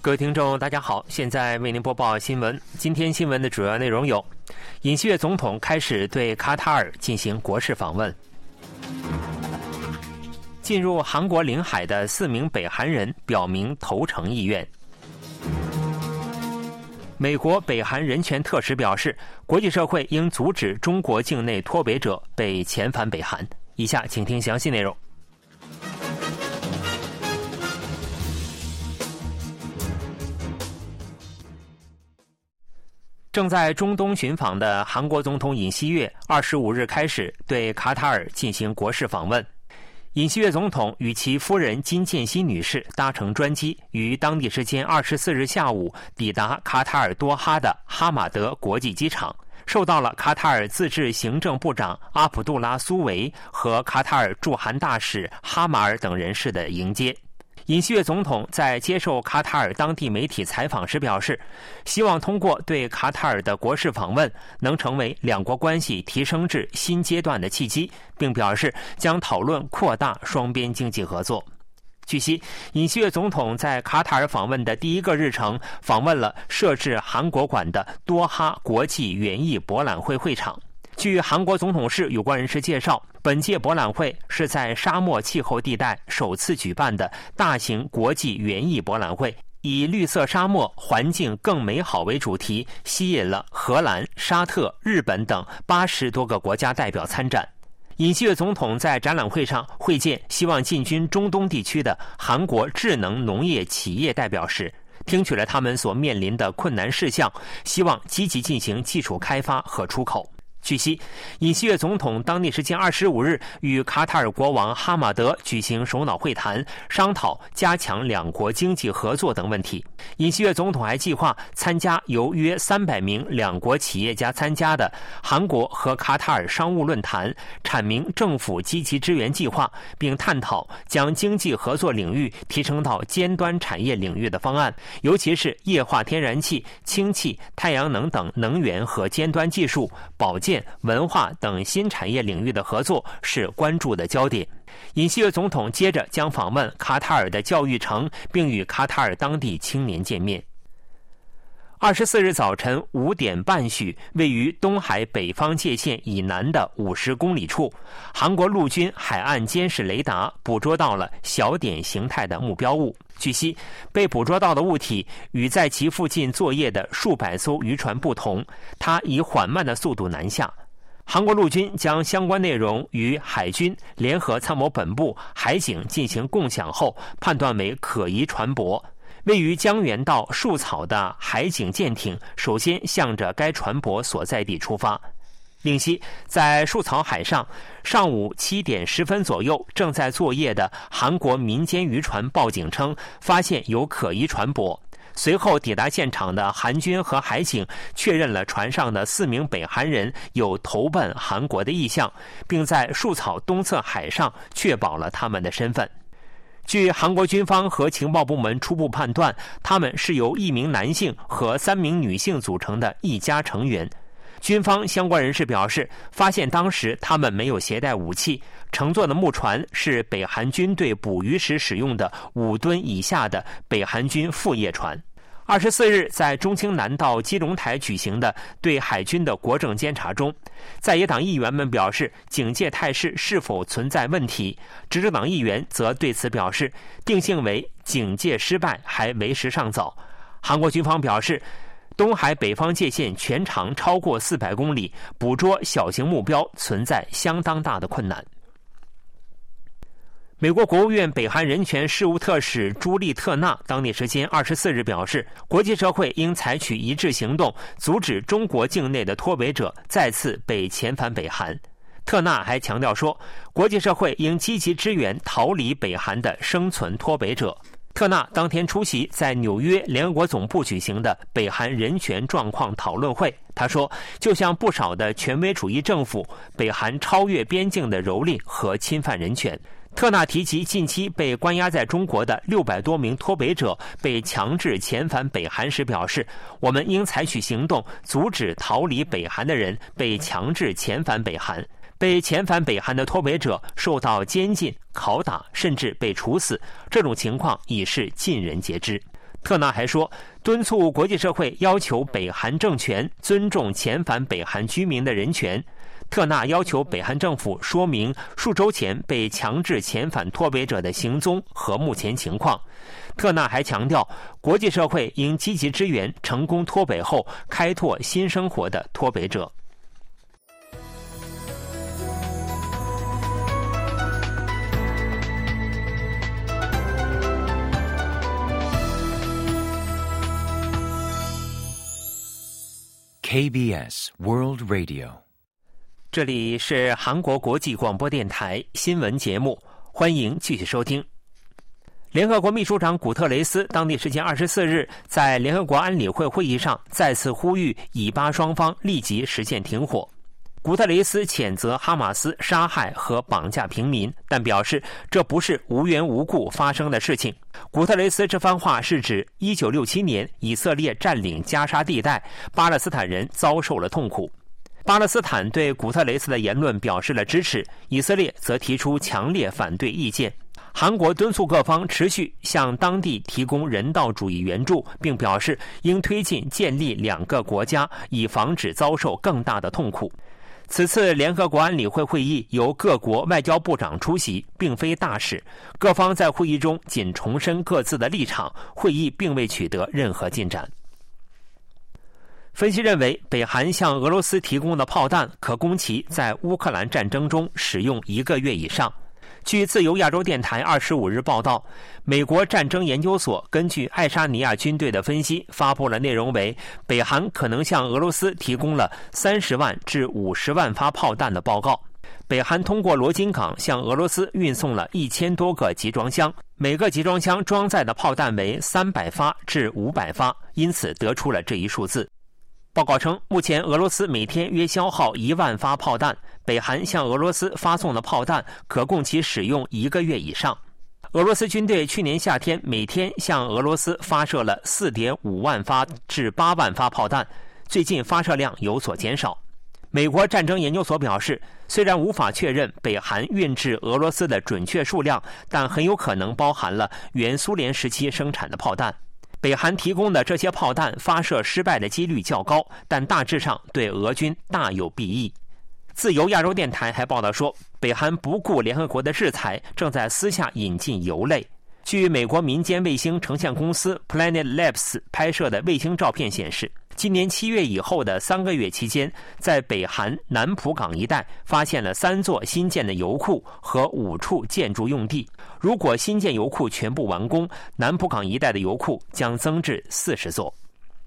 各位听众大家好，现在为您播报新闻。今天新闻的主要内容有：尹锡悦总统开始对卡塔尔进行国事访问；进入韩国领海的4名北韩人表明投诚意愿；美国北韩人权特使表示，国际社会应阻止中国境内脱北者被遣返北韩。以下请听详细内容。正在中东寻访的韩国总统尹锡悦25日开始对卡塔尔进行国事访问。尹锡悦总统与其夫人金建熙女士搭乘专机，于当地时间24日下午抵达卡塔尔多哈的哈马德国际机场，受到了卡塔尔自治行政部长阿卜杜拉苏维和卡塔尔驻韩大使哈马尔等人士的迎接。尹锡悦总统在接受卡塔尔当地媒体采访时表示，希望通过对卡塔尔的国事访问能成为两国关系提升至新阶段的契机，并表示将讨论扩大双边经济合作。据悉，尹锡悦总统在卡塔尔访问的第一个日程访问了设置韩国馆的多哈国际园艺博览会会场。据韩国总统室有关人士介绍，本届博览会是在沙漠气候地带首次举办的大型国际园艺博览会，以绿色沙漠环境更美好为主题，吸引了荷兰、沙特、日本等80多个国家代表参展。尹锡悦总统在展览会上会见希望进军中东地区的韩国智能农业企业代表时，听取了他们所面临的困难事项，希望积极进行技术开发和出口。据悉，尹锡悦总统当地时间25日与卡塔尔国王哈马德举行首脑会谈，商讨加强两国经济合作等问题。尹锡悦总统还计划参加由约300名两国企业家参加的韩国和卡塔尔商务论坛，阐明政府积极支援计划，并探讨将经济合作领域提升到尖端产业领域的方案，尤其是液化天然气、氢气、太阳能等能源和尖端技术、保健、文化等新产业领域的合作是关注的焦点。尹锡悦总统接着将访问卡塔尔的教育城，并与卡塔尔当地青年见面。24日早晨5点半许，位于东海北方界线以南的50公里处，韩国陆军海岸监视雷达捕捉到了小点形态的目标物。据悉，被捕捉到的物体与在其附近作业的数百艘渔船不同，它以缓慢的速度南下。韩国陆军将相关内容与海军联合参谋本部海警进行共享后，判断为可疑船舶。位于江原道树草的海警舰艇首先向着该船舶所在地出发。另悉，在树草海上，上午7点10分左右，正在作业的韩国民间渔船报警称发现有可疑船舶。随后抵达现场的韩军和海警确认了船上的4名北韩人有投奔韩国的意向，并在树草东侧海上确保了他们的身份。据韩国军方和情报部门初步判断，他们是由1名男性和3名女性组成的一家成员。军方相关人士表示，发现当时他们没有携带武器，乘坐的木船是北韩军队捕鱼时使用的5吨以下的北韩军副业船。24日，在中清南道基隆台举行的对海军的国政监察中，在野党议员们表示警戒态势是否存在问题，执政党议员则对此表示定性为警戒失败，还为时尚早。韩国军方表示，东海北方界线全长超过400公里，捕捉小型目标存在相当大的困难。美国国务院北韩人权事务特使朱莉特纳当地时间24日表示，国际社会应采取一致行动，阻止中国境内的脱北者再次被遣返北韩。特纳还强调说，国际社会应积极支援逃离北韩的生存脱北者。特纳当天出席在纽约联合国总部举行的北韩人权状况讨论会，他说，就像不少的权威主义政府，北韩超越边境的蹂躏和侵犯人权。特纳提及近期被关押在中国的600多名脱北者被强制遣返北韩时表示，我们应采取行动，阻止逃离北韩的人被强制遣返北韩。被遣返北韩的脱北者受到监禁、拷打，甚至被处死，这种情况已是尽人皆知。 特纳还说，敦促国际社会要求北韩政权尊重遣返北韩居民的人权。特纳要求北韩政府说明数周前被强制遣返脱北者的行踪和目前情况。特纳还强调，国际社会应积极支援成功脱北后开拓新生活的脱北者。 KBS World Radio， 这里是韩国国际广播电台新闻节目，欢迎继续收听。联合国秘书长古特雷斯当地时间24日在联合国安理会会议上再次呼吁以巴双方立即实现停火。古特雷斯谴责哈马斯杀害和绑架平民，但表示这不是无缘无故发生的事情。古特雷斯这番话是指1967年以色列占领加沙地带，巴勒斯坦人遭受了痛苦。巴勒斯坦对古特雷斯的言论表示了支持，以色列则提出强烈反对意见。韩国敦促各方持续向当地提供人道主义援助，并表示应推进建立两个国家，以防止遭受更大的痛苦。此次联合国安理会会议由各国外交部长出席，并非大事。各方在会议中仅重申各自的立场，会议并未取得任何进展。分析认为，北韩向俄罗斯提供的炮弹可供其在乌克兰战争中使用1个月以上。据自由亚洲电台25日报道，美国战争研究所根据爱沙尼亚军队的分析，发布了内容为北韩可能向俄罗斯提供了30万至50万发炮弹的报告。北韩通过罗津港向俄罗斯运送了1000多个集装箱，每个集装箱装载的炮弹为300发至500发，因此得出了这一数字。报告称，目前俄罗斯每天约消耗1万发炮弹，北韩向俄罗斯发送的炮弹可供其使用1个月以上。俄罗斯军队去年夏天每天向俄罗斯发射了 4.5 万发至8万发炮弹，最近发射量有所减少。美国战争研究所表示，虽然无法确认北韩运至俄罗斯的准确数量，但很有可能包含了原苏联时期生产的炮弹。北韩提供的这些炮弹发射失败的几率较高，但大致上对俄军大有裨益。自由亚洲电台还报道说，北韩不顾联合国的制裁，正在私下引进油类。据美国民间卫星成像公司 Planet Labs 拍摄的卫星照片显示，今年7月以后的3个月期间，在北韩南浦港一带发现了3座新建的油库和5处建筑用地。如果新建油库全部完工，南浦港一带的油库将增至40座。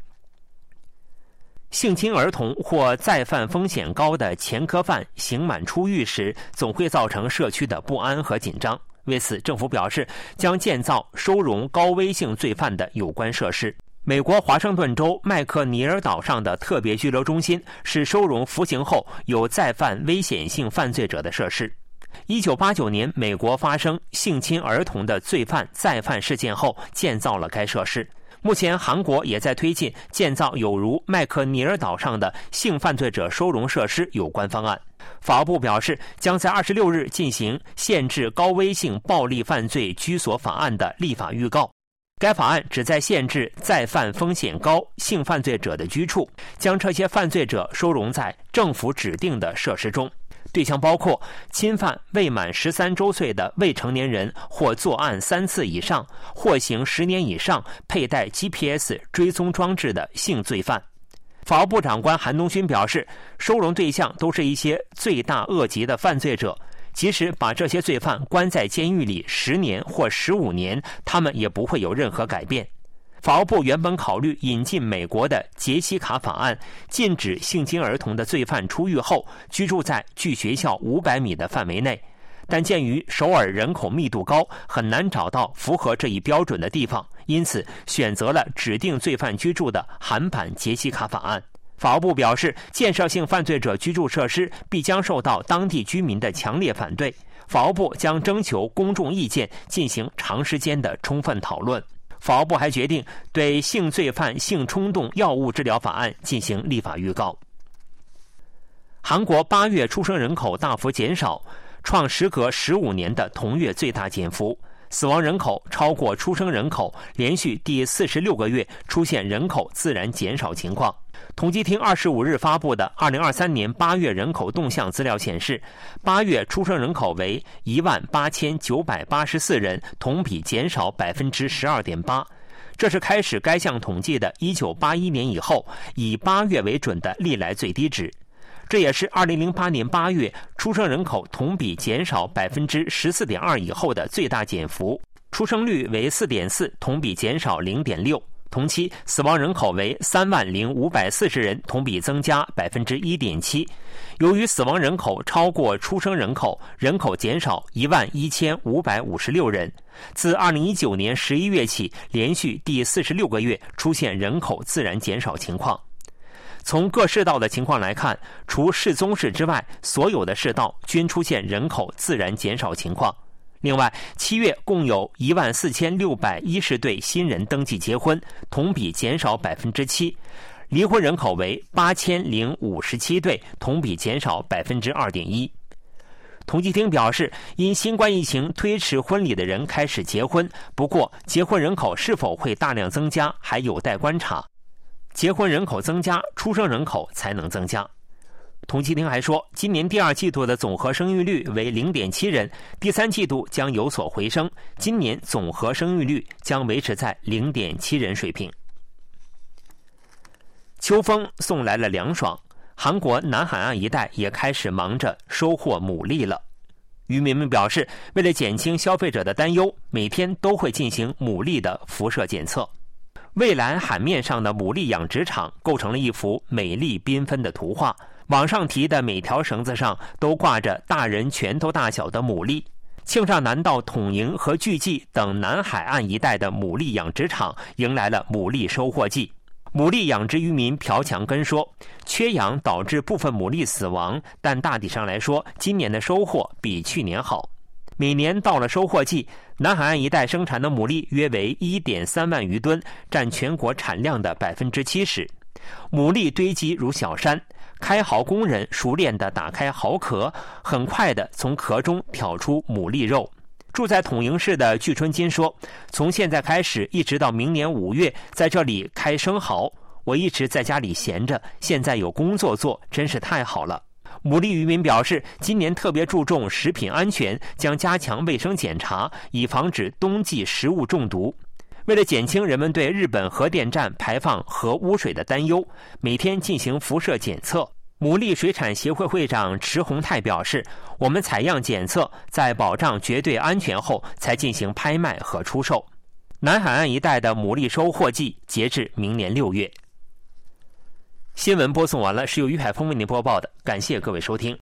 性侵儿童或再犯风险高的前科犯刑满出狱时，总会造成社区的不安和紧张。为此，政府表示将建造收容高危性罪犯的有关设施。美国华盛顿州麦克尼尔岛上的特别拘留中心是收容服刑后有再犯危险性犯罪者的设施。1989年，美国发生性侵儿童的罪犯再犯事件后，建造了该设施。目前，韩国也在推进建造有如麦克尼尔岛上的性犯罪者收容设施有关方案。法务部表示，将在26日进行限制高危性暴力犯罪居所法案的立法预告。该法案旨在限制再犯风险高性犯罪者的居处，将这些犯罪者收容在政府指定的设施中。对象包括侵犯未满13周岁的未成年人或作案3次以上、获刑10年以上、佩戴 GPS 追踪装置的性罪犯。法务部长官韩东勋表示，收容对象都是一些罪大恶极的犯罪者，即使把这些罪犯关在监狱里10年或15年，他们也不会有任何改变。法务部原本考虑引进美国的杰西卡法案，禁止性侵儿童的罪犯出狱后居住在距学校500米的范围内，但鉴于首尔人口密度高，很难找到符合这一标准的地方，因此选择了指定罪犯居住的韩版杰西卡法案。法务部表示，建设性犯罪者居住设施必将受到当地居民的强烈反对，法务部将征求公众意见，进行长时间的充分讨论。法务部还决定对性罪犯性冲动药物治疗法案进行立法预告。韩国8月出生人口大幅减少，创时隔15年的同月最大减幅。 死亡人口超过出生人口，连续第46个月出现人口自然减少情况。统计厅25日发布的2023年8月人口动向资料显示，8月出生人口为18984人，同比减少12.8%。这是开始该项统计的1981年以后，以8月为准的历来最低值。这也是2008年8月出生人口同比减少14.2%以后的最大减幅，出生率为 4.4%， 同比减少 0.6%。同期死亡人口为30540人，同比增加 1.7%。由于死亡人口超过出生人口，人口减少11556人。自2019年11月起，连续第46个月出现人口自然减少情况。从各市道的情况来看，除市宗市之外，所有的市道均出现人口自然减少情况。另外，7月共有14610对新人登记结婚，同比减少 7%， 离婚人口为8057对，同比减少 2.1%。统计厅表示，因新冠疫情推迟婚礼的人开始结婚，不过结婚人口是否会大量增加还有待观察。结婚人口增加，出生人口才能增加。统计厅还说，今年第2季度的总和生育率为 0.7 人，第3季度将有所回升，今年总和生育率将维持在 0.7 人水平。秋风送来了凉爽，韩国南海岸一带也开始忙着收获牡蛎了。渔民们表示，为了减轻消费者的担忧，每天都会进行牡蛎的辐射检测。蔚蓝海面上的牡蛎养殖场构成了一幅美丽缤纷的图画，网上提的每条绳子上都挂着大人拳头大小的牡蛎。庆尚南道统营和巨济等南海岸一带的牡蛎养殖场迎来了牡蛎收获季。牡蛎养殖渔民朴强根说，缺氧导致部分牡蛎死亡，但大体上来说，今年的收获比去年好。每年到了收获季，南海岸一带生产的牡蛎约为 1.3万余吨，占全国产量的 70%。牡蛎堆积如小山，开蚝工人熟练地打开蚝壳，很快地从壳中挑出牡蛎肉。住在统营市的具春金说，从现在开始一直到明年5月，在这里开生蚝。我一直在家里闲着，现在有工作做，真是太好了。牡蛎渔民表示，今年特别注重食品安全，将加强卫生检查，以防止冬季食物中毒。为了减轻人们对日本核电站排放核污水的担忧，每天进行辐射检测。牡蛎水产协会会长池宏泰表示，我们采样检测，在保障绝对安全后才进行拍卖和出售。南海岸一带的牡蛎收获季截至明年6月。新闻播送完了，是由于海峰为您播报的，感谢各位收听。